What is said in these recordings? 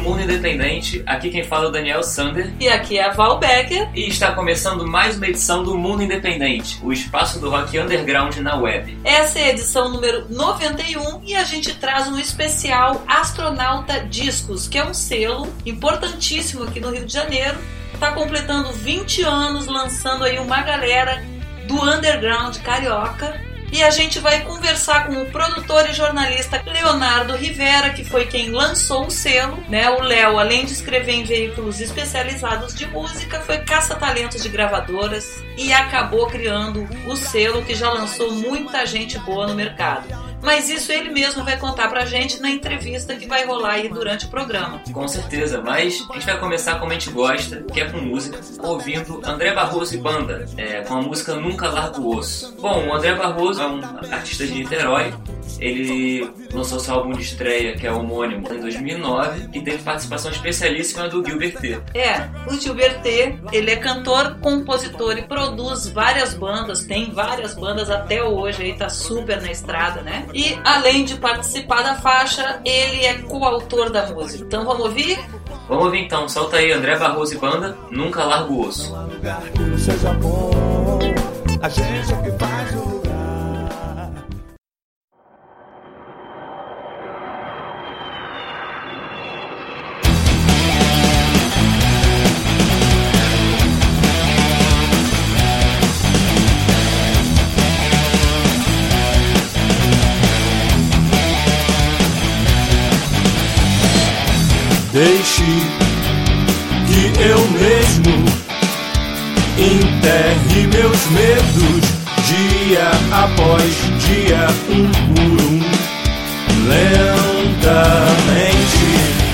Mundo Independente. Aqui quem fala é o Daniel Sander. E aqui é a Val Becker. E está começando mais uma edição do Mundo Independente, o espaço do rock underground na web. Essa é a edição número 91 e a gente traz um especial Astronauta Discos, que é um selo importantíssimo aqui no Rio de Janeiro. Está completando 20 anos, lançando aí uma galera do underground carioca. E a gente vai conversar com o produtor e jornalista Leonardo Rivera, que foi quem lançou o selo, né? O Léo, além de escrever em veículos especializados de música, foi caça-talentos de gravadoras e acabou criando o selo que já lançou muita gente boa no mercado. Mas isso ele mesmo vai contar pra gente na entrevista que vai rolar aí durante o programa. Com certeza, mas a gente vai começar como a gente gosta, que é com música, ouvindo André Barroso e Banda, com a música Nunca Largo o Osso. Bom, o André Barroso é um artista de Niterói. Ele lançou seu álbum de estreia, que é homônimo, em 2009, que teve participação especialíssima do Gilbert T. O Gilbert T, ele é cantor, compositor e produz várias bandas, tem várias bandas até hoje, aí tá super na estrada, né? E além de participar da faixa, ele é coautor da música. Então vamos ouvir? Vamos ouvir então, solta aí André Barroso e Banda, Nunca Largo o Osso. Seja bom, a gente é que faz o lugar. Deixe que eu mesmo enterre meus medos dia após dia, um por um, lentamente.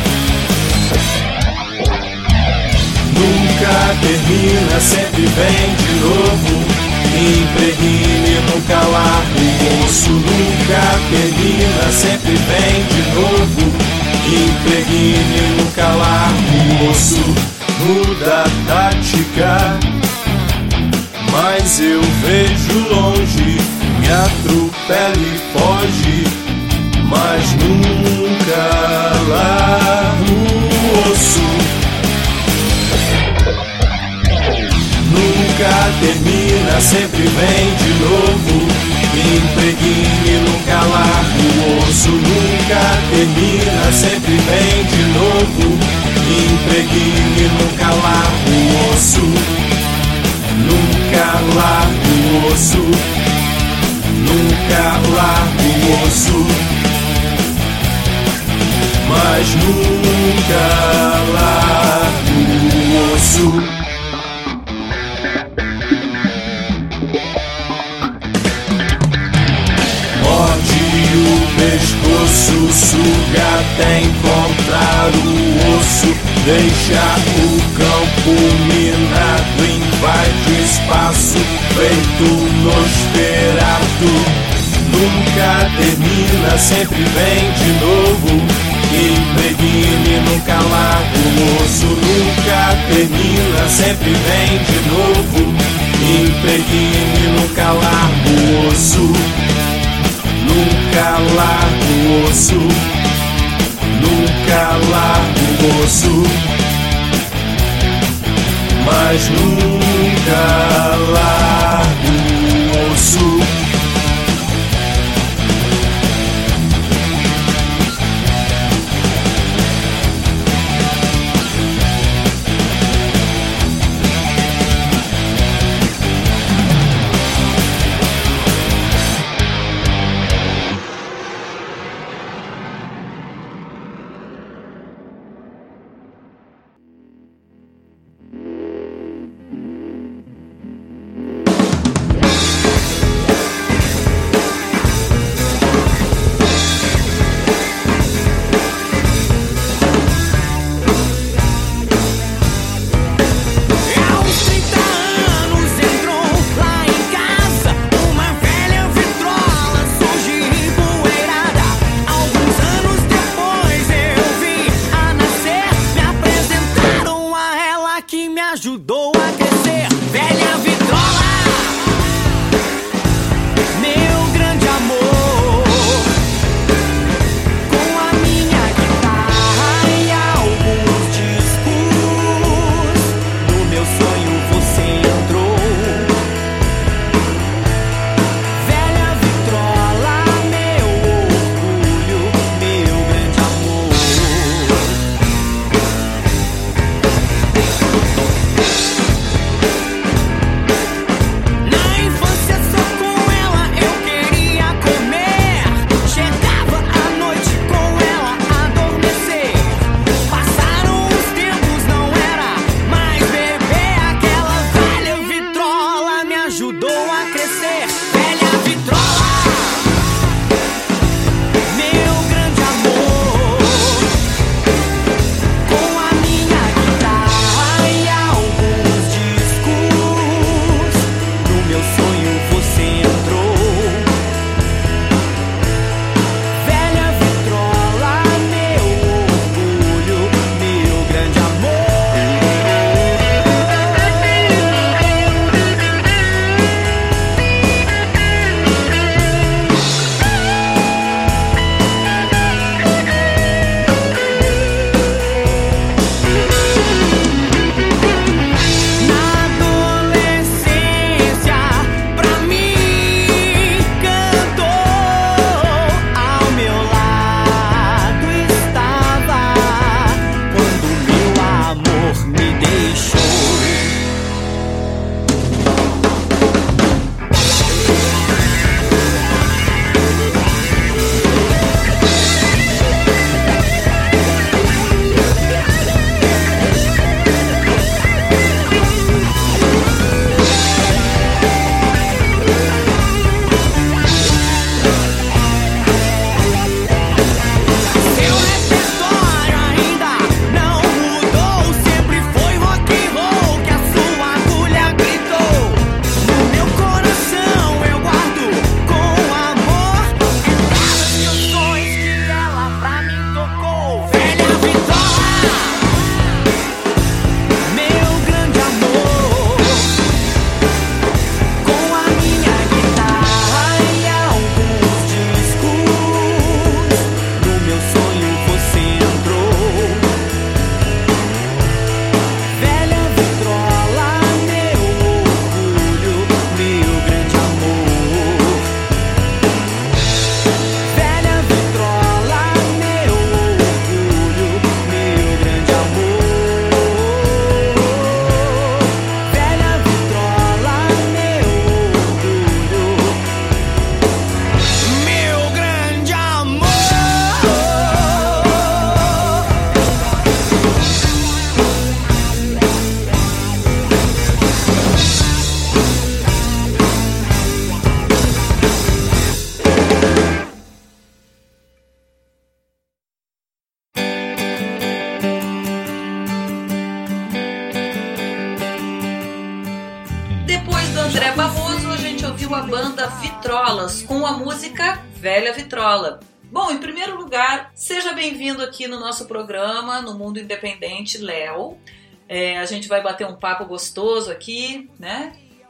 Nunca termina, sempre vem de novo. Impregne, nunca larga o osso. Nunca termina, sempre vem de novo. Impregne, nunca larga o osso. Muda a tática, mas eu vejo longe. Me atropela e foge, mas nunca larga o osso. Nunca termina, sempre vem de novo. Impregne, nunca larga o osso. Nunca termina, sempre vem de novo. Impregne, nunca larga o osso. Nunca larga o osso. Nunca larga o osso. Mas nunca larga o osso. O pescoço, suga até encontrar o osso. Deixa o campo minado, invade o espaço feito Nosferatu. Nunca termina, sempre vem de novo. Impregne, nunca larga o osso. Nunca termina, sempre vem de novo. Impregne, nunca larga o osso. Nunca larga o osso. Nunca larga o osso. Mas nunca larga o osso. ouviu a banda Vitrolas com a música Velha Vitrola. Bom, em primeiro lugar, seja bem-vindo aqui no nosso programa, no Mundo Independente, Léo. A gente vai bater um papo gostoso aqui, né?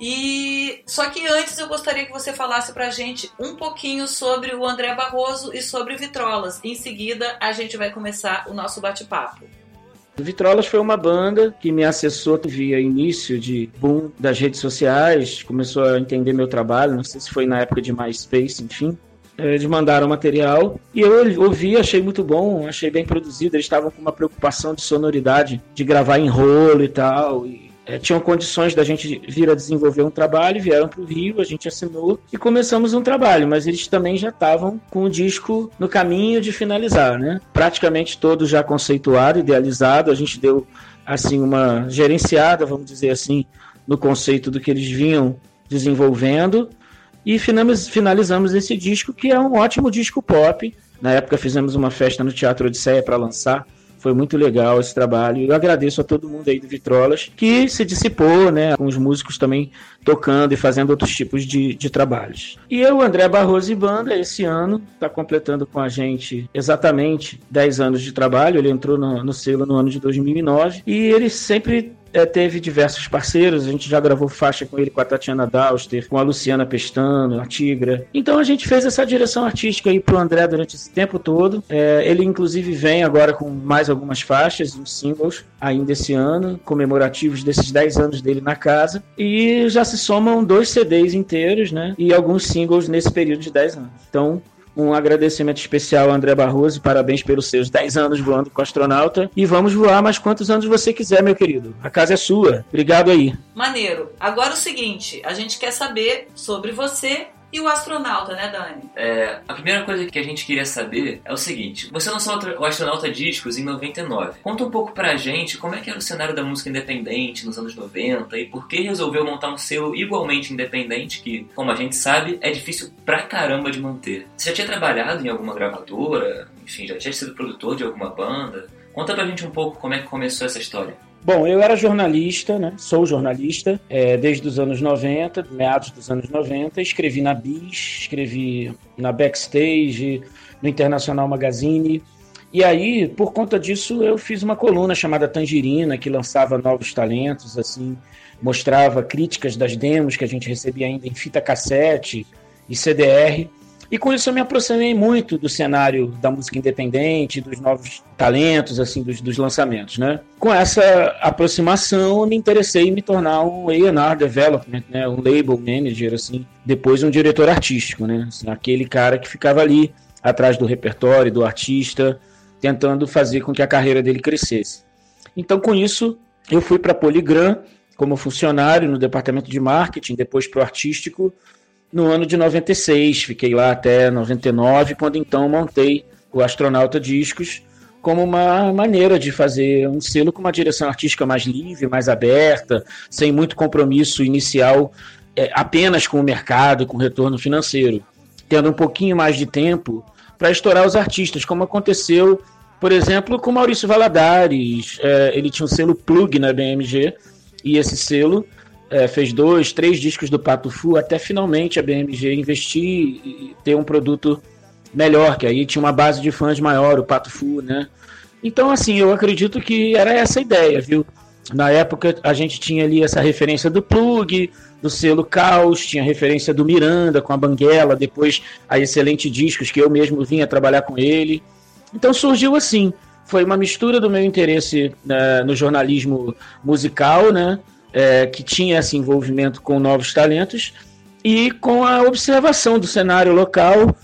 Só que antes eu gostaria que você falasse pra gente um pouquinho sobre o André Barroso e sobre Vitrolas. Em seguida, a gente vai começar o nosso bate-papo. Vitrolas foi uma banda que me acessou via início de boom das redes sociais, começou a entender meu trabalho, não sei se foi na época de MySpace, enfim. Eles mandaram material e eu ouvi, achei muito bom, achei bem produzido. Eles estavam com uma preocupação de sonoridade, de gravar em rolo e tal, tinham condições da gente vir a desenvolver um trabalho, vieram para o Rio, a gente assinou e começamos um trabalho, mas eles também já estavam com o disco no caminho de finalizar, né? Praticamente todo já conceituado, idealizado, a gente deu assim uma gerenciada, vamos dizer assim, no conceito do que eles vinham desenvolvendo e finalizamos esse disco, que é um ótimo disco pop. Na época fizemos uma festa no Teatro Odisseia para lançar. Foi muito legal esse trabalho. Eu agradeço a todo mundo aí do Vitrolas, que se dissipou, né? Com os músicos também tocando e fazendo outros tipos de trabalhos. E eu, André Barroso e Banda, esse ano, está completando com a gente exatamente 10 anos de trabalho. Ele entrou no selo no ano de 2009 e ele sempre teve diversos parceiros. A gente já gravou faixa com ele, com a Tatiana Dauster, com a Luciana Pestano, a Tigra. Então a gente fez essa direção artística aí pro André durante esse tempo todo. Ele inclusive vem agora com mais algumas faixas, uns singles ainda esse ano, comemorativos desses 10 anos dele na casa. E já se somam 2 CDs inteiros, né? E alguns singles nesse período de 10 anos. Então, um agradecimento especial ao André Barroso, parabéns pelos seus 10 anos voando com o astronauta. E vamos voar mais quantos anos você quiser, meu querido. A casa é sua. Obrigado aí. Maneiro. Agora o seguinte, a gente quer saber sobre você e o astronauta, né, Dani? A primeira coisa que a gente queria saber é o seguinte: você lançou o Astronauta Discos em 99. Conta um pouco pra gente como é que era o cenário da música independente nos anos 90 e por que resolveu montar um selo igualmente independente que, como a gente sabe, é difícil pra caramba de manter. Você já tinha trabalhado em alguma gravadora? Enfim, já tinha sido produtor de alguma banda? Conta pra gente um pouco como é que começou essa história. Bom, eu era jornalista, né? Sou jornalista desde os anos 90, meados dos anos 90. Escrevi na Bis, escrevi na Backstage, no Internacional Magazine. E aí, por conta disso, eu fiz uma coluna chamada Tangerina, que lançava novos talentos, assim, mostrava críticas das demos que a gente recebia ainda em fita cassete e CDR. E com isso eu me aproximei muito do cenário da música independente, dos novos talentos, assim, dos lançamentos, né? Com essa aproximação, eu me interessei em me tornar um A&R Development, né? Um label manager, assim, depois um diretor artístico, né? Assim, aquele cara que ficava ali atrás do repertório, do artista, tentando fazer com que a carreira dele crescesse. Então, com isso, eu fui para a Polygram como funcionário no departamento de marketing, depois para o artístico, no ano de 96, fiquei lá até 99, quando então montei o Astronauta Discos como uma maneira de fazer um selo com uma direção artística mais livre, mais aberta, sem muito compromisso inicial, apenas com o mercado e com o retorno financeiro, tendo um pouquinho mais de tempo para estourar os artistas, como aconteceu, por exemplo, com Maurício Valadares. Ele tinha um selo Plug na BMG, e esse selo fez 2, 3 discos do Pato Fu, até finalmente a BMG investir e ter um produto melhor, que aí tinha uma base de fãs maior, o Pato Fu, né? Então, assim, eu acredito que era essa a ideia, viu? Na época a gente tinha ali essa referência do Plug, do selo Caos, tinha referência do Miranda com a Banguela, depois a Excelente Discos, que eu mesmo vinha trabalhar com ele. Então surgiu assim, foi uma mistura do meu interesse no jornalismo musical, né? Que tinha esse envolvimento com novos talentos e com a observação do cenário local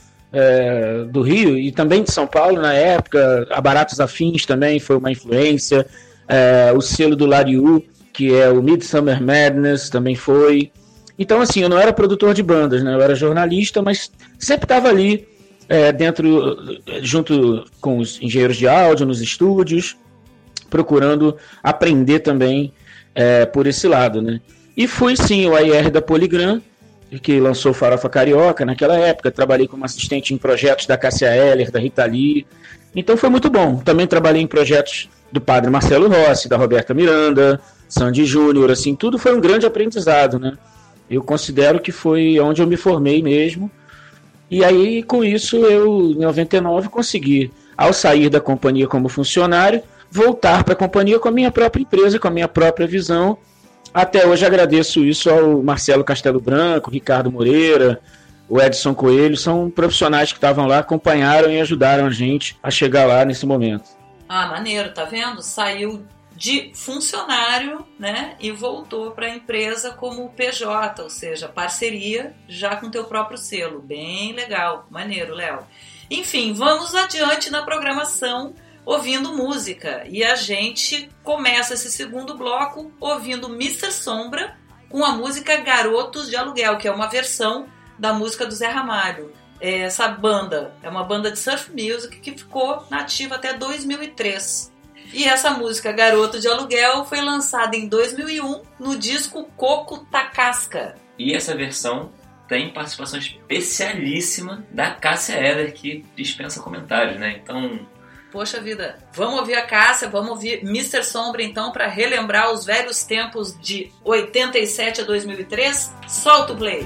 do Rio e também de São Paulo na época. A Baratos Afins também foi uma influência, o selo do Lariu, que é o Midsummer Madness, também foi. Então, assim, eu não era produtor de bandas, né? Eu era jornalista, mas sempre estava ali junto com os engenheiros de áudio nos estúdios, procurando aprender também por esse lado, né? E fui sim o AR da Polygram, que lançou Farofa Carioca naquela época. Trabalhei como assistente em projetos da Cássia Eller, da Rita Lee. Então foi muito bom. Também trabalhei em projetos do Padre Marcelo Rossi, da Roberta Miranda, Sandy Júnior, assim, tudo foi um grande aprendizado, né? Eu considero que foi onde eu me formei mesmo. E aí, com isso, eu, em 99, consegui, ao sair da companhia como funcionário, voltar para a companhia com a minha própria empresa, com a minha própria visão. Até hoje agradeço isso ao Marcelo Castelo Branco, Ricardo Moreira, o Edson Coelho, são profissionais que estavam lá, acompanharam e ajudaram a gente a chegar lá nesse momento. Ah, maneiro, tá vendo? Saiu de funcionário, né, e voltou para a empresa como PJ, ou seja, parceria já com teu próprio selo. Bem legal, maneiro, Léo. Enfim, vamos adiante na programação ouvindo música. E a gente começa esse segundo bloco ouvindo Mr. Sombra com a música Garotos de Aluguel, que é uma versão da música do Zé Ramalho. Essa banda é uma banda de surf music que ficou nativa até 2003. E essa música, Garoto de Aluguel, foi lançada em 2001 no disco Coco Tacasca. E essa versão tem participação especialíssima da Cássia Eller, que dispensa comentários, né? Então... Poxa vida, vamos ouvir a Cássia, vamos ouvir Mr. Sombra então para relembrar os velhos tempos de 87 a 2003. Solta o play!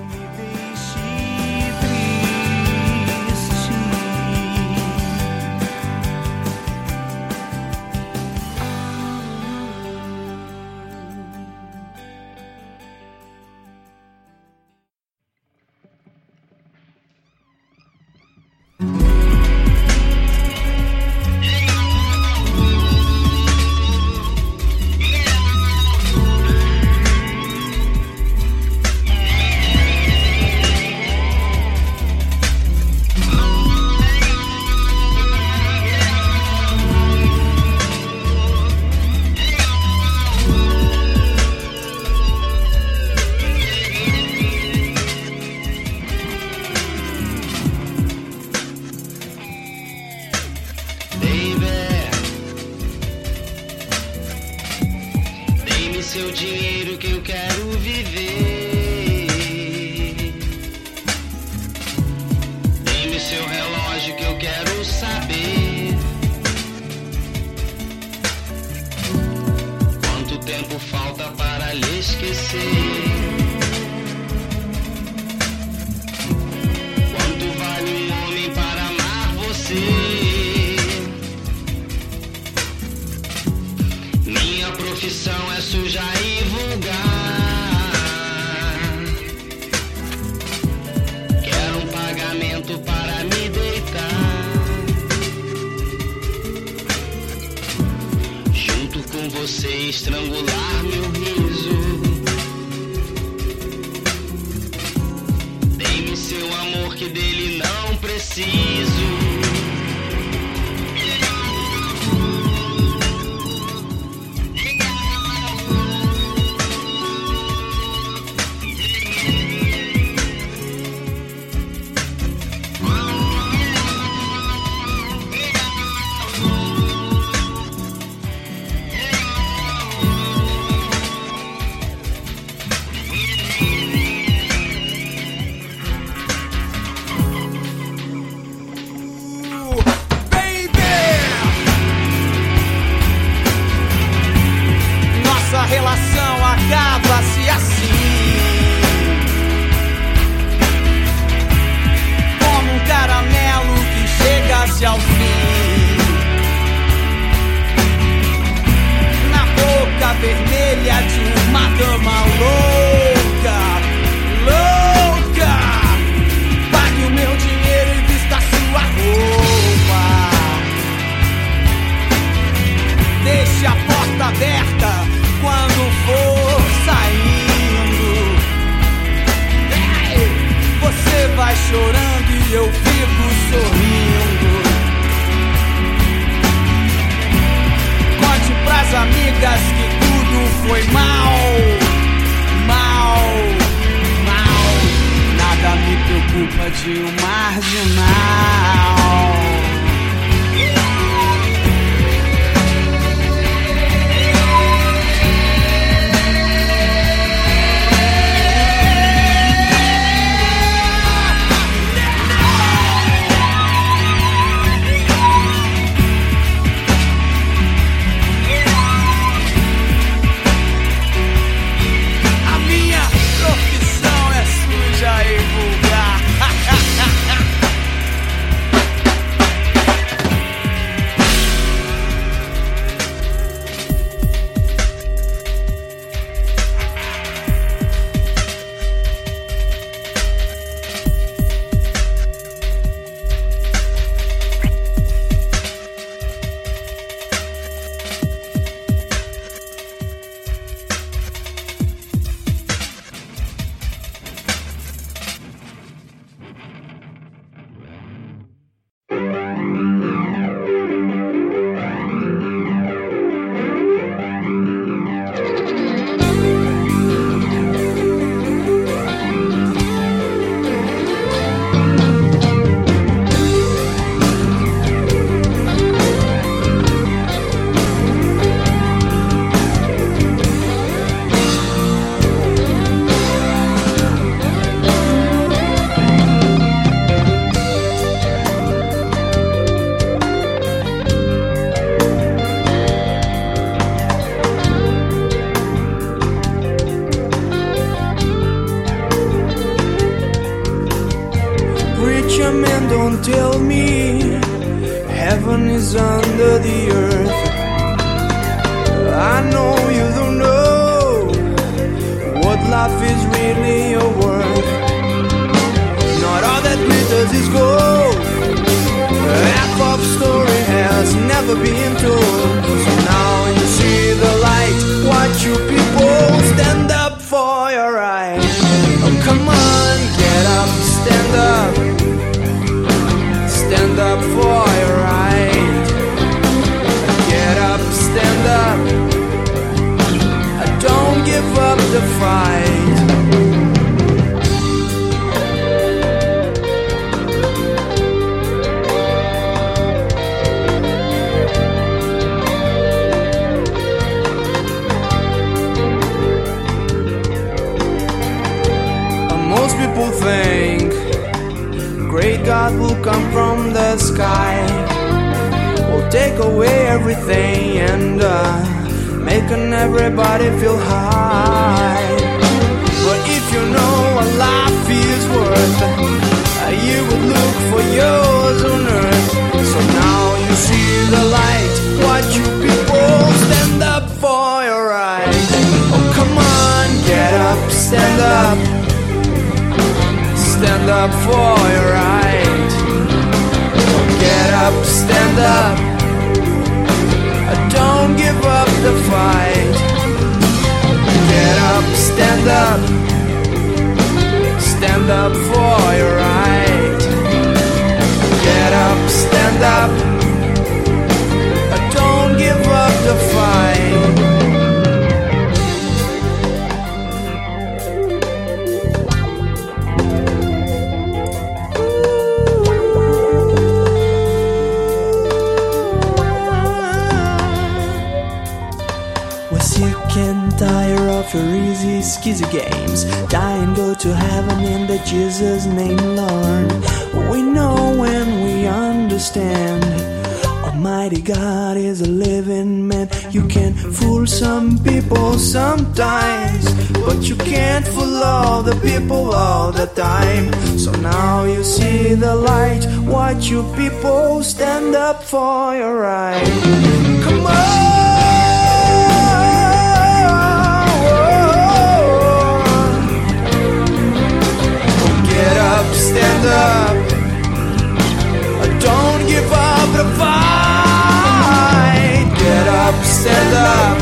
Estrangular meu riso. Dê-me seu amor que dele não preciso. heaven is under the earth. I know you don't know what life is really worth. Not all that glitters is gold. Half of story has never been told. So now you see the light. Watch you people stand up for your right. Oh, come on, get up, stand up. Stand up for your right. Get up, stand up. Don't give up the fight. Most people think great God will come from the sky, will take away everything and making everybody feel high. But if you know what life is worth, you would look for yours on earth. So now you see the light. Watch you people stand up for your right. Oh, come on, get up, stand up. Stand up for your right. Get up, stand up. Don't give up the fight. Get up, stand up. Stand up for your right. Get up, stand up. Don't give up the fight. Tire of your easy skizzy games. Die and go to heaven in the Jesus name, Lord. We know when we understand Almighty God is a living man. You can fool some people sometimes, but you can't fool all the people all the time. So now you see the light. Watch you people stand up for your right. Come on. Stand up. Don't give up the fight. Get up, stand up.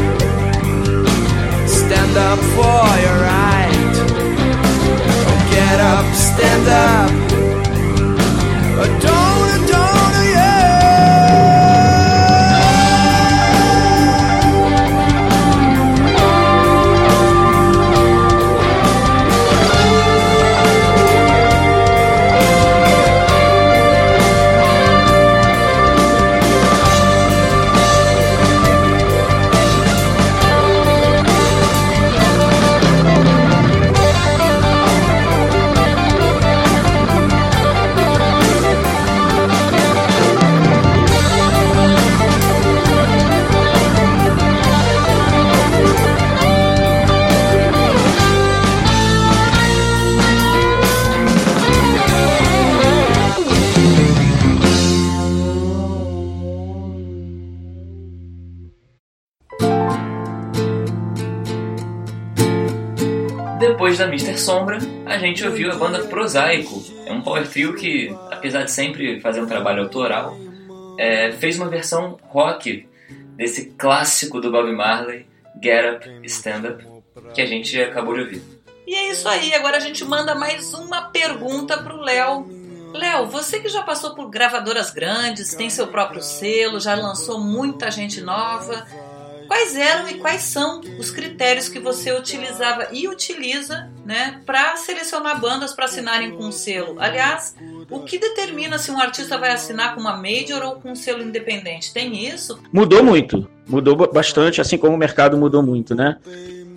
Stand up for your right. Get up, stand up. Don't, yeah. Depois da Mr. Sombra, a gente ouviu a banda Prosaico. É um power trio que, apesar de sempre fazer um trabalho autoral, fez uma versão rock desse clássico do Bob Marley, Get Up, Stand Up, que a gente acabou de ouvir. E é isso aí, agora a gente manda mais uma pergunta pro Léo. Léo, você que já passou por gravadoras grandes, tem seu próprio selo, já lançou muita gente nova, quais eram e quais são os critérios que você utilizava e utiliza, né, para selecionar bandas para assinarem com um selo? Aliás, o que determina se um artista vai assinar com uma major ou com um selo independente? Tem isso? Mudou muito, mudou bastante, assim como o mercado mudou muito, né?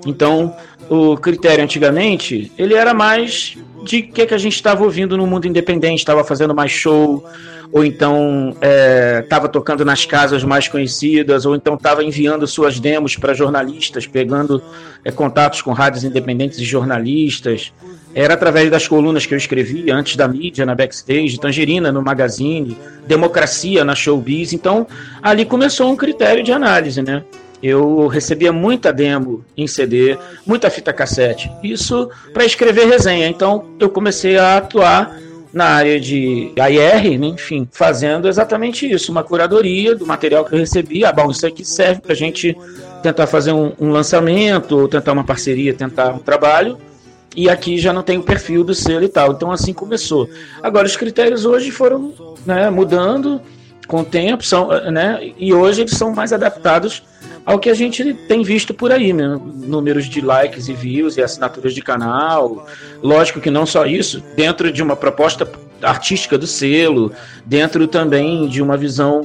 Então, o critério antigamente, ele era mais de que a gente estava ouvindo no mundo independente, estava fazendo mais show, ou então estava tocando nas casas mais conhecidas, ou então estava enviando suas demos para jornalistas, pegando contatos com rádios independentes e jornalistas. Era através das colunas que eu escrevia antes da mídia, na Backstage, Tangerina no Magazine, Democracia na Showbiz. Então, ali começou um critério de análise, né? Eu recebia muita demo em CD, muita fita cassete. Isso para escrever resenha. Então, eu comecei a atuar na área de AR, né? Enfim, fazendo exatamente isso, uma curadoria do material que eu recebia. Bom, isso aqui serve para a gente tentar fazer um lançamento, ou tentar uma parceria, tentar um trabalho. E aqui já não tem o perfil do selo e tal. Então assim começou. Agora os critérios hoje foram, né, mudando com o tempo, né, e hoje eles são mais adaptados ao que a gente tem visto por aí, né? Números de likes e views e assinaturas de canal. Lógico que não só isso, dentro de uma proposta artística do selo, dentro também de uma visão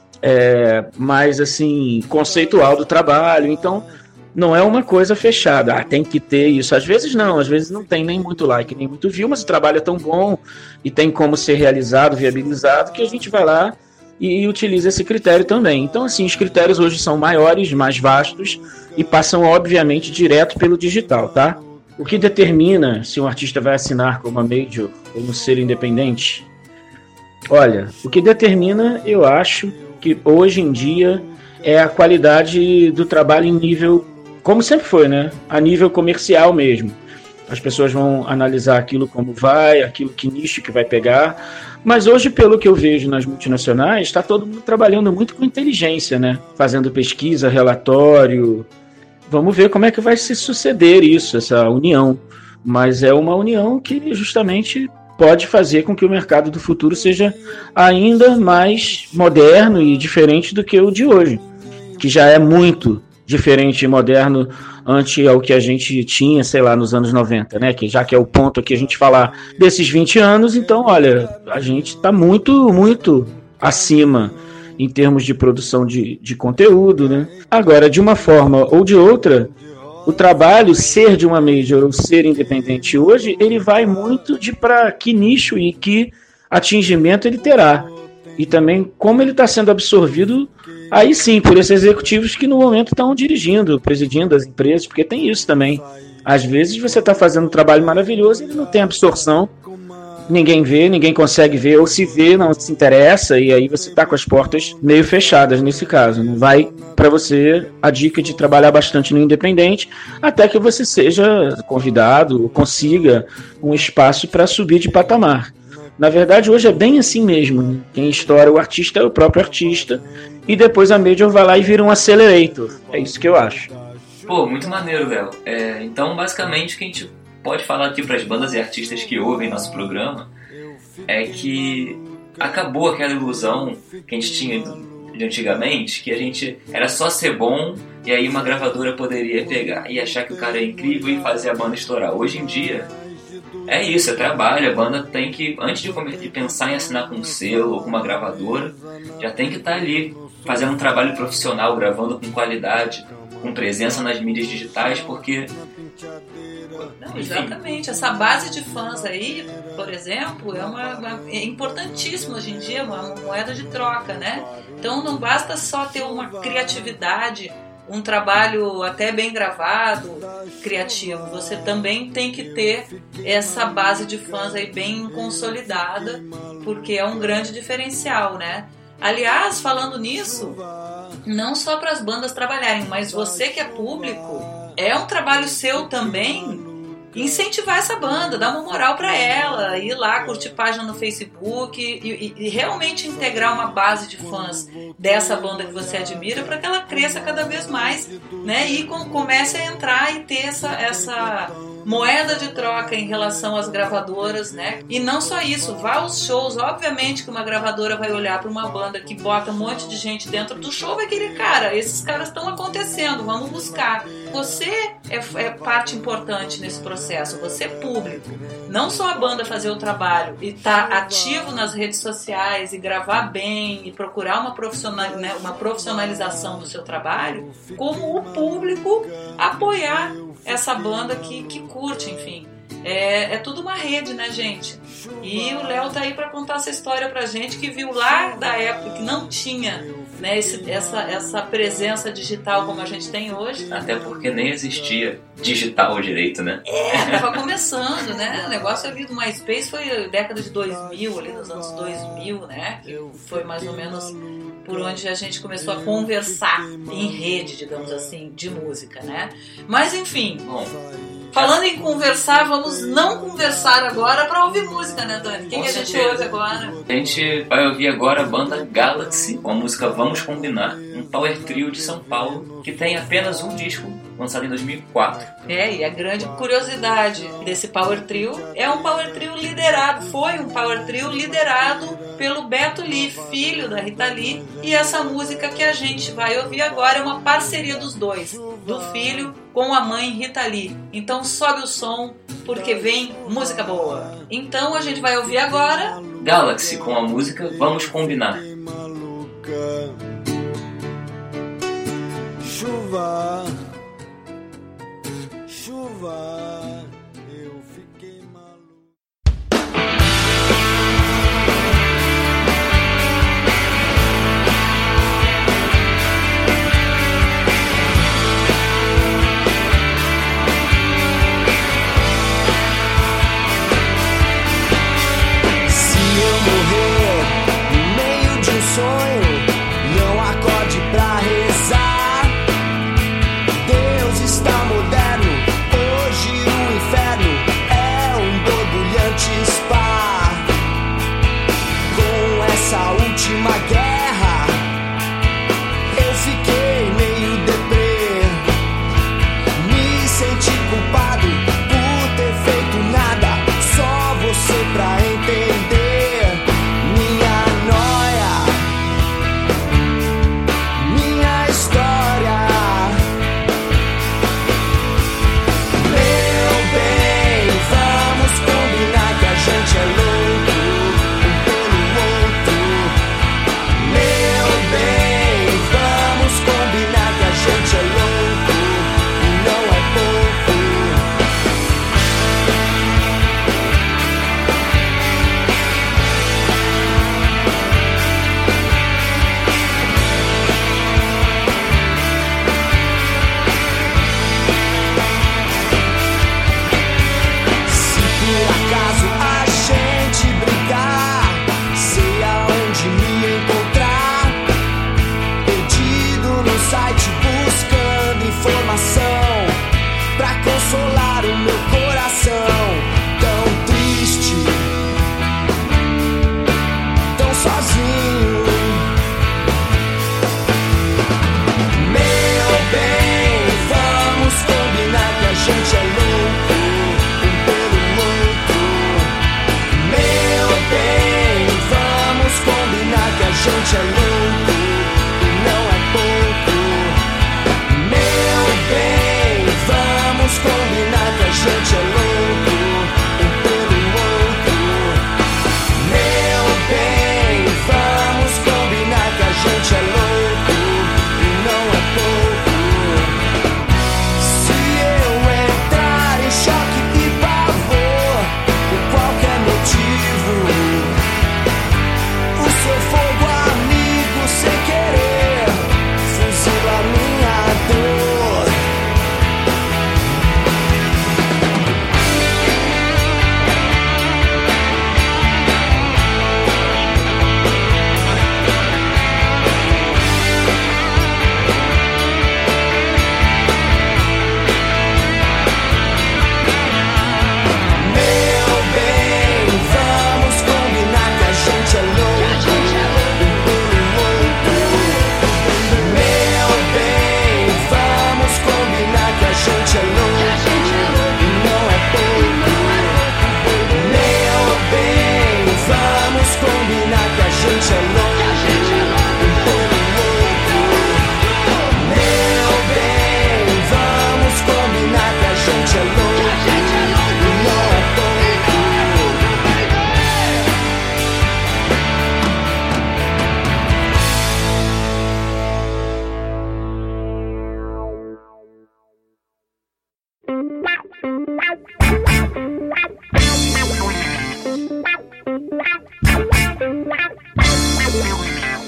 mais assim conceitual do trabalho. Então não é uma coisa fechada, tem que ter isso. Às vezes não tem nem muito like, nem muito view, mas o trabalho é tão bom e tem como ser realizado, viabilizado, que a gente vai lá e utiliza esse critério também. Então, assim, os critérios hoje são maiores, mais vastos e passam, obviamente, direto pelo digital, tá? O que determina se um artista vai assinar com uma major ou no selo independente? Olha, o que determina, eu acho, que hoje em dia é a qualidade do trabalho em nível, como sempre foi, né? A nível comercial mesmo. As pessoas vão analisar aquilo como vai, aquilo que nicho que vai pegar. Mas hoje, pelo que eu vejo nas multinacionais, está todo mundo trabalhando muito com inteligência, né? Fazendo pesquisa, relatório. Vamos ver como é que vai se suceder isso, essa união. Mas é uma união que justamente pode fazer com que o mercado do futuro seja ainda mais moderno e diferente do que o de hoje, que já é muito diferente e moderno ante ao que a gente tinha, sei lá, nos anos 90, né? Que já que é o ponto aqui a gente falar desses 20 anos, então, olha, a gente está muito, muito acima em termos de produção de conteúdo, né? Agora, de uma forma ou de outra, o trabalho ser de uma major ou ser independente hoje, ele vai muito de para que nicho e que atingimento ele terá. E também como ele está sendo absorvido, aí sim, por esses executivos que no momento estão dirigindo, presidindo as empresas, porque tem isso também. Às vezes você está fazendo um trabalho maravilhoso e ele não tem absorção, ninguém vê, ninguém consegue ver, ou se vê, não se interessa, e aí você está com as portas meio fechadas nesse caso. Não vai para você a dica de trabalhar bastante no independente, até que você seja convidado, consiga um espaço para subir de patamar. Na verdade, hoje é bem assim mesmo, né? Quem estoura o artista é o próprio artista, e depois a major vai lá e vira um accelerator. É isso que eu acho. Pô, muito maneiro, Léo. Então, basicamente, o que a gente pode falar aqui para as bandas e artistas que ouvem nosso programa é que acabou aquela ilusão que a gente tinha de antigamente, que a gente era só ser bom e aí uma gravadora poderia pegar e achar que o cara é incrível e fazer a banda estourar. Hoje em dia é isso, é trabalho. A banda tem que, antes de pensar em assinar com um selo ou com uma gravadora, já tem que estar ali fazendo um trabalho profissional, gravando com qualidade, com presença nas mídias digitais, porque... Não, exatamente, essa base de fãs aí, por exemplo, é importantíssimo hoje em dia, uma moeda de troca, né? Então não basta só ter uma criatividade, um trabalho até bem gravado, criativo, você também tem que ter essa base de fãs aí bem consolidada, porque é um grande diferencial, né? Aliás, falando nisso, não só para as bandas trabalharem, mas você que é público, é um trabalho seu também incentivar essa banda, dar uma moral para ela, ir lá, curtir página no Facebook e realmente integrar uma base de fãs dessa banda que você admira para que ela cresça cada vez mais, né? E comece a entrar e ter essa moeda de troca em relação às gravadoras, né? E não só isso, vá aos shows. Obviamente que uma gravadora vai olhar para uma banda que bota um monte de gente dentro do show, vai querer, cara, esses caras estão acontecendo, vamos buscar. você é parte importante nesse processo, você é público. Não só a banda fazer o trabalho e estar ativo nas redes sociais e gravar bem e procurar uma profissionalização do seu trabalho, como o público apoiar essa banda que curte, enfim. É tudo uma rede, né, gente? E o Léo tá aí pra contar essa história pra gente, que viu lá da época que não tinha, né, essa presença digital como a gente tem hoje. Até porque nem existia digital direito, né? Tava começando, né? O negócio ali do MySpace foi década de 2000, ali nos anos 2000, né? Que foi mais ou menos por onde a gente começou a conversar em rede, digamos assim, de música, né? Mas enfim, Bom, falando em conversar, vamos não conversar agora para ouvir música, né, Dani? Quem Com que a gente certeza. ouve agora? a gente vai ouvir agora a banda Galaxy com a música Vamos Combinar, um power trio de São Paulo que tem apenas um disco, lançado em 2004. E a grande curiosidade desse Power Trio é um Power Trio liderado, foi um Power Trio liderado pelo Beto Lee, filho da Rita Lee, e essa música que a gente vai ouvir agora é uma parceria dos dois, do filho com a mãe Rita Lee. Então sobe o som, porque vem música boa. Então a gente vai ouvir agora Galaxy com a música Vamos Combinar. Chuva, chuva, eu fiquei maluco. Se eu morrer no meio de um sonho, não acorde pra rezar. Deus está moderno, hoje o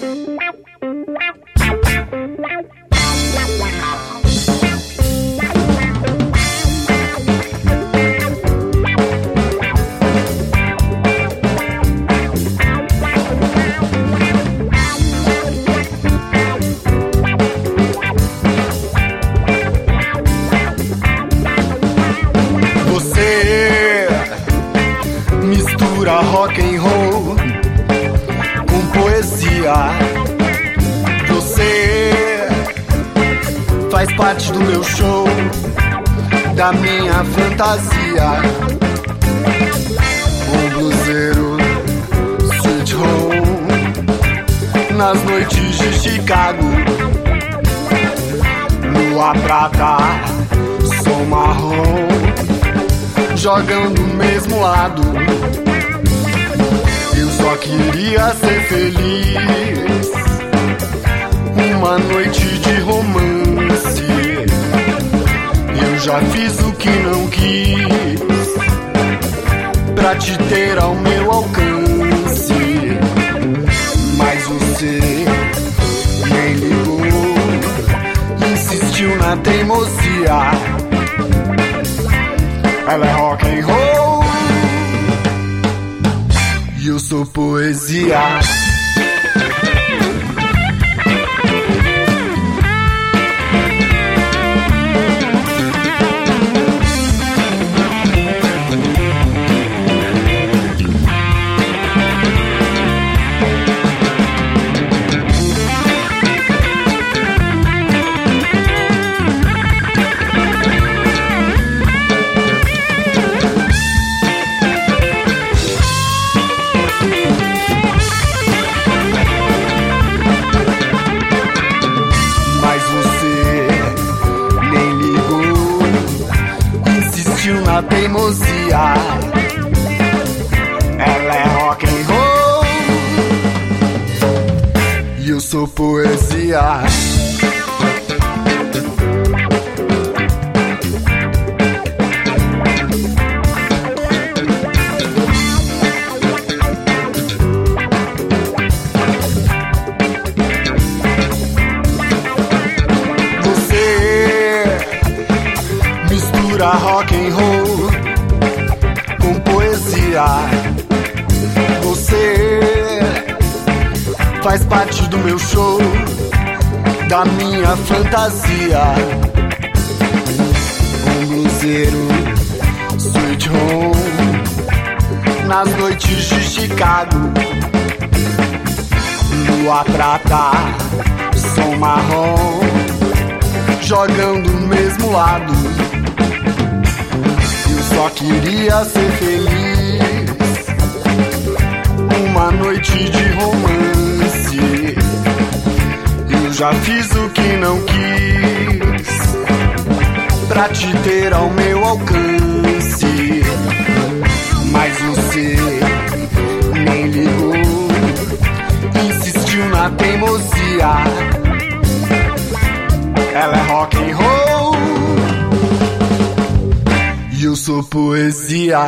Rock and roll com poesia. Você faz parte do meu show, da minha fantasia. Um bluseiro, sweet home, nas noites de Chicago. Lua prata, sol marrom, jogando o mesmo lado. Só queria ser feliz, uma noite de romance. Eu já fiz o que não quis, pra te ter ao meu alcance. Mas você nem ligou, insistiu na teimosia. Ela é rock and roll, eu sou poesia. Na teimosia, ela é rock and roll e eu sou poesia. Você mistura rock and roll com poesia. Você faz parte do meu show, da minha fantasia. Um bluseiro, sweet home, nas noites de Chicago. Lua prata, sol marrom, jogando o mesmo lado. Só queria ser feliz, uma noite de romance. Eu já fiz o que não quis, pra te ter ao meu alcance. Mas você nem ligou, insistiu na teimosia. Ela é rock and roll e eu sou poesia.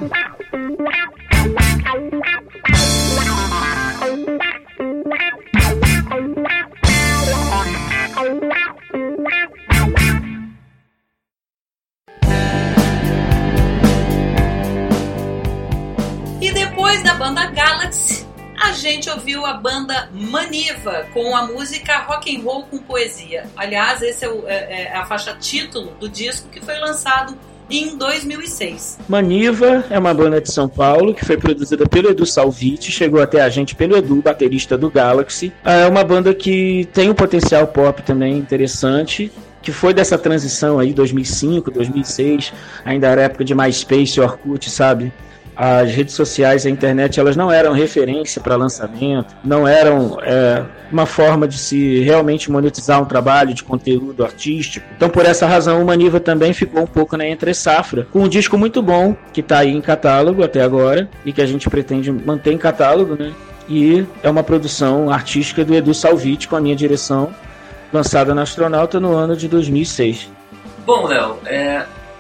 E depois da banda Galaxy, a gente ouviu a banda Maniva com a música Rock and Roll com Poesia. Aliás, esse é a faixa título do disco que foi lançado em 2006. Maniva é uma banda de São Paulo que foi produzida pelo Edu Salviti, chegou até a gente pelo Edu, baterista do Galaxy. É uma banda que tem um potencial pop também interessante, que foi dessa transição aí, 2005, 2006, ainda era época de MySpace e Orkut, sabe? As redes sociais, a internet, elas não eram referência para lançamento, não eram uma forma de se realmente monetizar um trabalho de conteúdo artístico. Então, por essa razão, o Maniva também ficou um pouco na entre-safra, com um disco muito bom, que está aí em catálogo até agora, e que a gente pretende manter em catálogo, né? E é uma produção artística do Edu Salviti, com a minha direção, lançada na Astronauta no ano de 2006. Bom, Léo,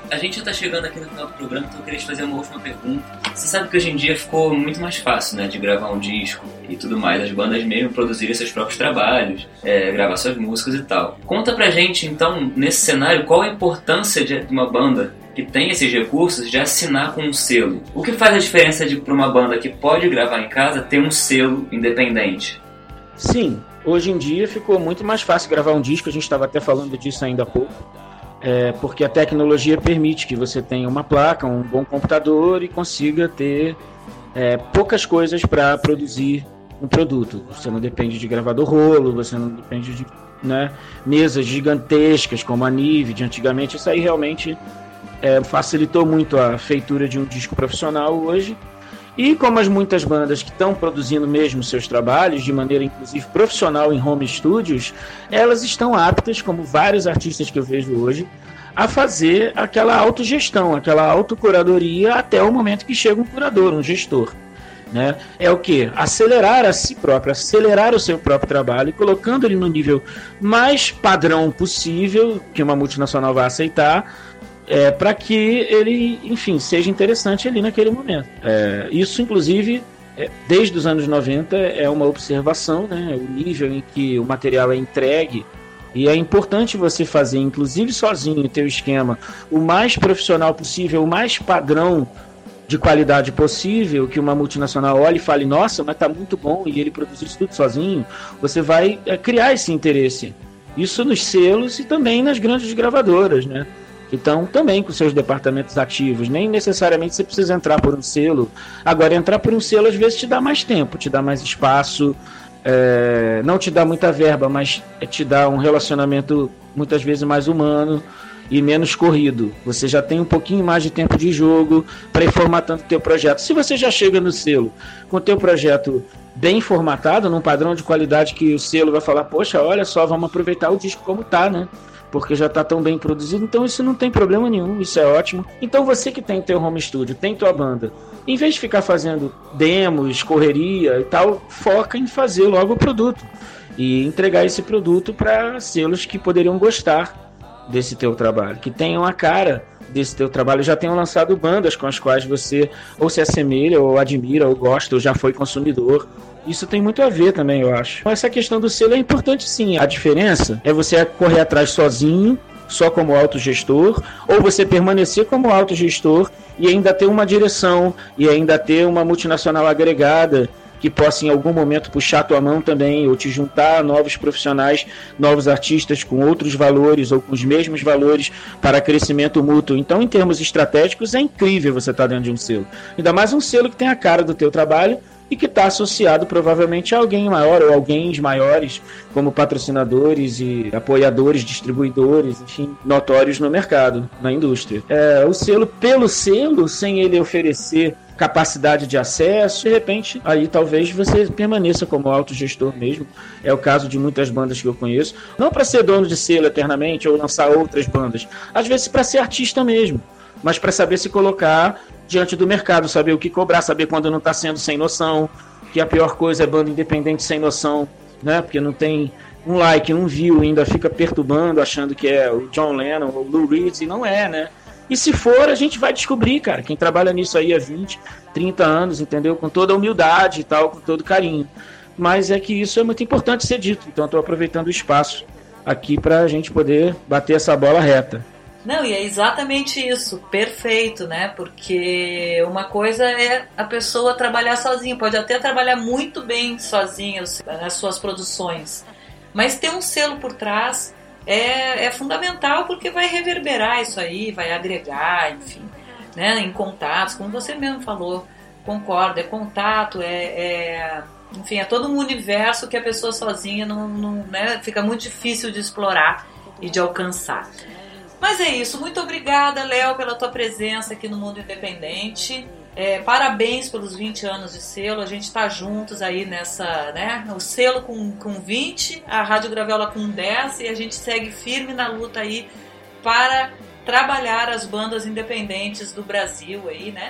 A gente já tá chegando aqui no final do programa, então eu queria te fazer uma última pergunta. Você sabe que hoje em dia ficou muito mais fácil, né, de gravar um disco e tudo mais, as bandas mesmo produzirem seus próprios trabalhos, gravar suas músicas e tal. Conta pra gente, então, nesse cenário, qual a importância de uma banda que tem esses recursos de assinar com um selo. O que faz a diferença para uma banda que pode gravar em casa ter um selo independente? Sim, hoje em dia ficou muito mais fácil gravar um disco, a gente estava até falando disso ainda há pouco, porque a tecnologia permite que você tenha uma placa, um bom computador e consiga ter poucas coisas para produzir um produto. Você não depende de gravador rolo, você não depende de mesas gigantescas como a Nive de antigamente. Isso aí realmente facilitou muito a feitura de um disco profissional hoje. E como muitas bandas que estão produzindo mesmo seus trabalhos de maneira inclusive profissional em home studios, elas estão aptas, como vários artistas que eu vejo hoje, a fazer aquela autogestão, aquela autocuradoria até o momento que chega um curador, um gestor. Né? É o que? Acelerar a si próprio, acelerar o seu próprio trabalho, colocando ele no nível mais padrão possível, que uma multinacional vai aceitar, para que ele, enfim, seja interessante ali naquele momento. Isso, inclusive, desde os anos 90, é uma observação, né? O nível em que o material é entregue, e é importante você fazer, inclusive sozinho, o teu esquema, o mais profissional possível, o mais padrão de qualidade possível, que uma multinacional olhe e fale, nossa, mas tá muito bom, e ele produziu isso tudo sozinho. Você vai criar esse interesse. Isso nos selos e também nas grandes gravadoras, né? Que estão também com seus departamentos ativos. Nem necessariamente você precisa entrar por um selo. Agora, entrar por um selo às vezes te dá mais tempo, te dá mais espaço, não te dá muita verba, mas te dá um relacionamento muitas vezes mais humano e menos corrido. Você já tem um pouquinho mais de tempo de jogo para ir formatando o teu projeto. Se você já chega no selo com o teu projeto bem formatado, num padrão de qualidade que o selo vai falar, poxa, olha só, vamos aproveitar o disco como tá, né? Porque já está tão bem produzido, então isso não tem problema nenhum, isso é ótimo. Então você que tem teu home studio, tem tua banda, em vez de ficar fazendo demos, correria e tal, foca em fazer logo o produto e entregar esse produto para selos que poderiam gostar desse teu trabalho, que tenham a cara desse teu trabalho, já tenham lançado bandas com as quais você ou se assemelha, ou admira, ou gosta, ou já foi consumidor. Isso tem muito a ver também, eu acho. Essa questão do selo é importante, sim. A diferença é você correr atrás sozinho, só como autogestor, ou você permanecer como autogestor e ainda ter uma direção, e ainda ter uma multinacional agregada que possa em algum momento puxar tua mão também, ou te juntar a novos profissionais, novos artistas com outros valores ou com os mesmos valores para crescimento mútuo. Então, em termos estratégicos, é incrível você estar dentro de um selo. Ainda mais um selo que tem a cara do teu trabalho e que está associado provavelmente a alguém maior ou alguém maiores, como patrocinadores e apoiadores, distribuidores, enfim, notórios no mercado, na indústria. O selo, pelo selo, sem ele oferecer capacidade de acesso, de repente, aí talvez você permaneça como autogestor mesmo. É o caso de muitas bandas que eu conheço. Não para ser dono de selo eternamente ou lançar outras bandas, às vezes para ser artista mesmo, mas para saber se colocar diante do mercado, saber o que cobrar, saber quando não está sendo sem noção, que a pior coisa é banda independente sem noção, né? Porque não tem um like, um view, ainda fica perturbando, achando que é o John Lennon ou o Lou Reed, e não é, né? E se for, a gente vai descobrir, cara, quem trabalha nisso aí há 20, 30 anos, entendeu? Com toda a humildade e tal, com todo carinho. Mas é que isso é muito importante ser dito, então estou aproveitando o espaço aqui para a gente poder bater essa bola reta. Não, e é exatamente isso, perfeito, né? Porque uma coisa é a pessoa trabalhar sozinha, pode até trabalhar muito bem sozinha nas suas produções, mas ter um selo por trás é fundamental, porque vai reverberar isso aí, vai agregar, enfim, né? Em contatos, como você mesmo falou, concordo, é contato, enfim, é todo um universo que a pessoa sozinha não né? Fica muito difícil de explorar e de alcançar. Mas é isso, muito obrigada, Léo, pela tua presença aqui no Mundo Independente. Parabéns pelos 20 anos de selo, a gente está juntos aí nessa, né? O selo com 20, a Rádio Graviola com 10, e a gente segue firme na luta aí para trabalhar as bandas independentes do Brasil aí, né?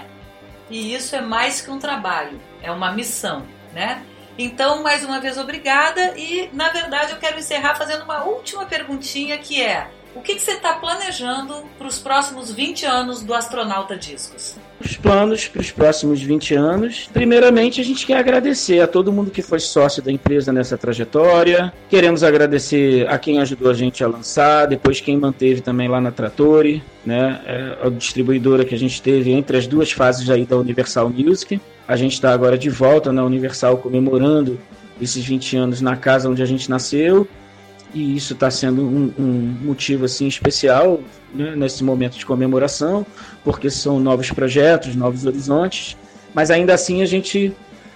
E isso é mais que um trabalho, é uma missão, né? Então, mais uma vez, obrigada, e na verdade eu quero encerrar fazendo uma última perguntinha, que é: o que você está planejando para os próximos 20 anos do Astronauta Discos? Os planos para os próximos 20 anos, primeiramente a gente quer agradecer a todo mundo que foi sócio da empresa nessa trajetória, queremos agradecer a quem ajudou a gente a lançar, depois quem manteve também lá na Trattori, né, a distribuidora que a gente teve entre as duas fases aí da Universal Music. A gente está agora de volta na Universal comemorando esses 20 anos na casa onde a gente nasceu, e isso está sendo um motivo assim, especial, né, nesse momento de comemoração, porque são novos projetos, novos horizontes, mas ainda assim a gente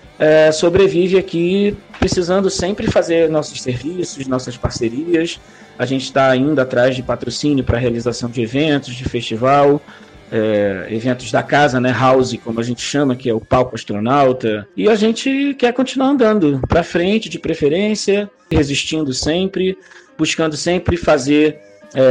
sobrevive aqui precisando sempre fazer nossos serviços, nossas parcerias. A gente está indo atrás de patrocínio para a realização de eventos, de festival, eventos da casa, né, house, como a gente chama, que é o palco astronauta, e a gente quer continuar andando para frente, de preferência, resistindo sempre, buscando sempre fazer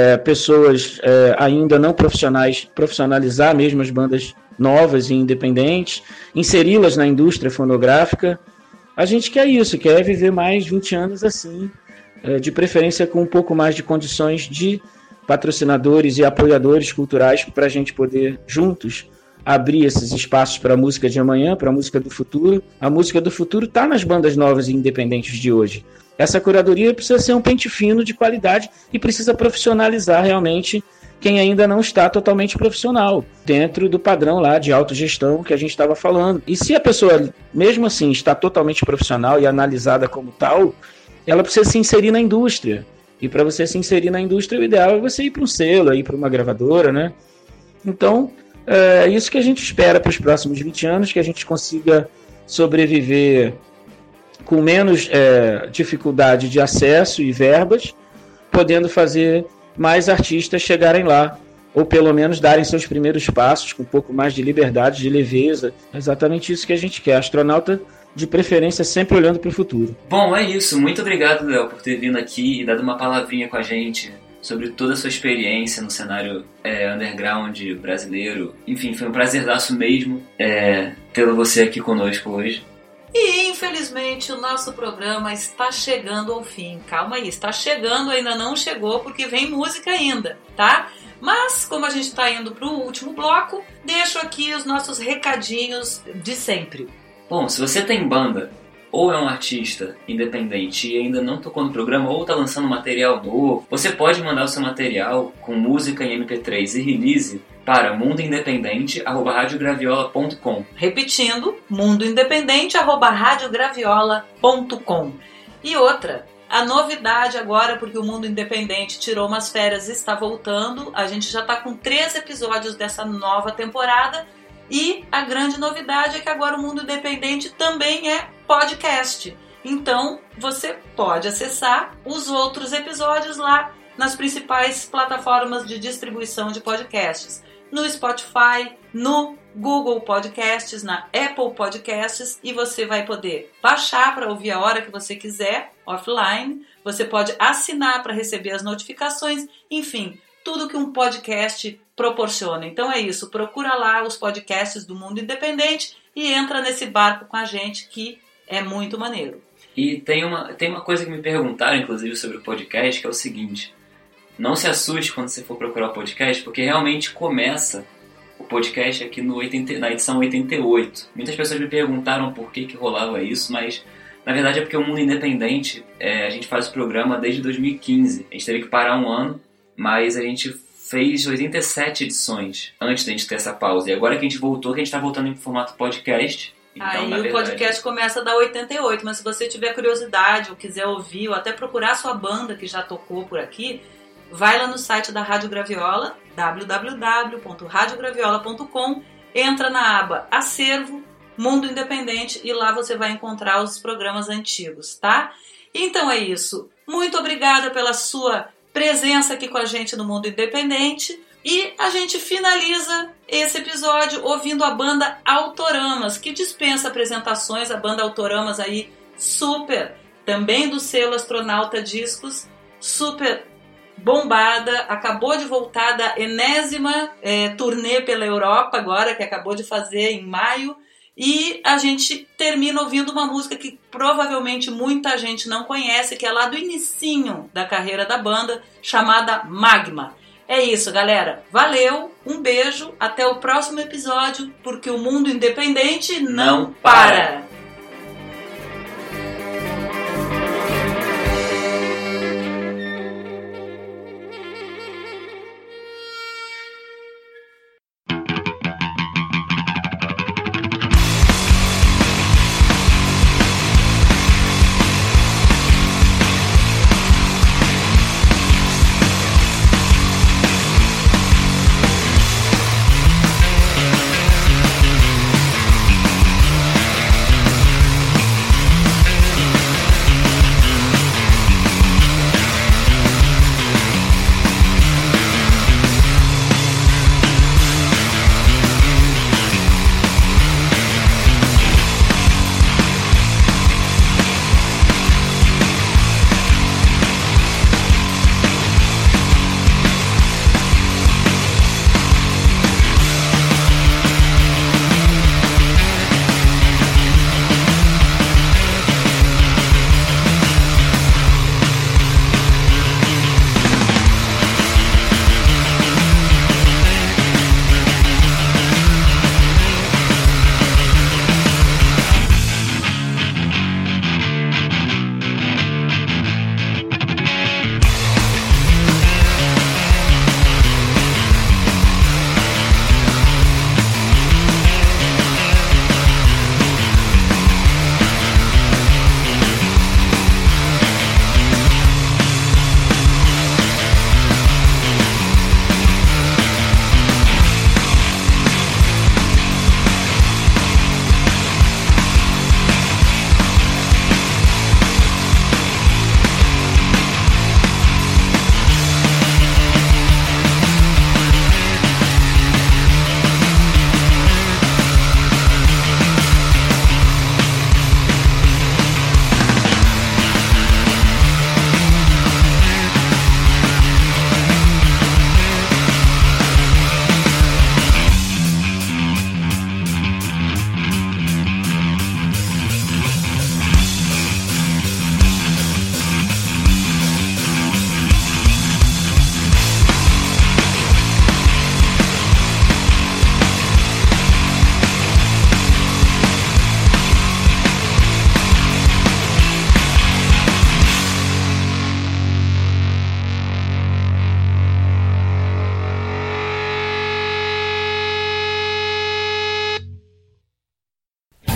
pessoas ainda não profissionais profissionalizar mesmo as bandas novas e independentes, inseri-las na indústria fonográfica. A gente quer isso, quer viver mais 20 anos assim, de preferência com um pouco mais de condições de patrocinadores e apoiadores culturais para a gente poder juntos abrir esses espaços para a música de amanhã, para a música do futuro. A música do futuro está nas bandas novas e independentes de hoje. Essa curadoria precisa ser um pente fino de qualidade e precisa profissionalizar realmente quem ainda não está totalmente profissional, dentro do padrão lá de autogestão que a gente estava falando. E se a pessoa, mesmo assim, está totalmente profissional e analisada como tal, ela precisa se inserir na indústria. E para você se inserir na indústria, o ideal é você ir para um selo, ir para uma gravadora, né? Então, é isso que a gente espera para os próximos 20 anos, que a gente consiga sobreviver com menos dificuldade de acesso e verbas, podendo fazer mais artistas chegarem lá, ou pelo menos darem seus primeiros passos com um pouco mais de liberdade, de leveza. É exatamente isso que a gente quer. Astronauta, de preferência, sempre olhando para o futuro. Bom, é isso. Muito obrigado, Léo, por ter vindo aqui e dado uma palavrinha com a gente sobre toda a sua experiência no cenário underground brasileiro. Enfim, foi um prazerzaço mesmo ter você aqui conosco hoje. E infelizmente o nosso programa está chegando ao fim. Calma aí, está chegando, ainda não chegou, porque vem música ainda, tá? Mas, como a gente está indo para o último bloco, deixo aqui os nossos recadinhos de sempre. Bom, se você tem banda, ou é um artista independente e ainda não tocou no programa, ou está lançando material novo, você pode mandar o seu material com música em MP3 e release para mundoindependente@radiograviola.com. Repetindo, mundoindependente@radiograviola.com. E outra, a novidade agora, porque o Mundo Independente tirou umas férias e está voltando, a gente já está com 3 episódios dessa nova temporada, e a grande novidade é que agora o Mundo Independente também é podcast. Então, você pode acessar os outros episódios lá nas principais plataformas de distribuição de podcasts. No Spotify, no Google Podcasts, na Apple Podcasts, e você vai poder baixar para ouvir a hora que você quiser, offline. Você pode assinar para receber as notificações, enfim, tudo que um podcast proporciona. Então é isso, procura lá os podcasts do Mundo Independente e entra nesse barco com a gente, que é muito maneiro. E tem uma coisa que me perguntaram, inclusive, sobre o podcast, que é o seguinte: não se assuste quando você for procurar o podcast, porque realmente começa o podcast aqui na edição 88. Muitas pessoas me perguntaram por que rolava isso, mas na verdade é porque o Mundo Independente, a gente faz o programa desde 2015. A gente teve que parar um ano, mas a gente fez 87 edições antes da gente ter essa pausa. E agora que a gente voltou, que a gente está voltando em formato podcast. Então, aí na verdade, o podcast começa da 88, mas se você tiver curiosidade ou quiser ouvir ou até procurar a sua banda que já tocou por aqui, vai lá no site da Rádio Graviola, www.radiograviola.com, entra na aba Acervo, Mundo Independente, e lá você vai encontrar os programas antigos, tá? Então é isso. Muito obrigada pela sua presença aqui com a gente no Mundo Independente. E a gente finaliza esse episódio ouvindo a banda Autoramas, que dispensa apresentações. A banda Autoramas aí, super, também do selo Astronauta Discos, super bombada, acabou de voltar da 80ª turnê pela Europa agora, que acabou de fazer em maio, E a gente termina ouvindo uma música que provavelmente muita gente não conhece, que é lá do inicinho da carreira da banda, chamada Magma. É isso, galera. Valeu, um beijo, até o próximo episódio, porque o mundo independente não para.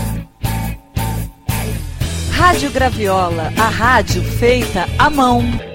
Rádio Graviola, a rádio feita à mão.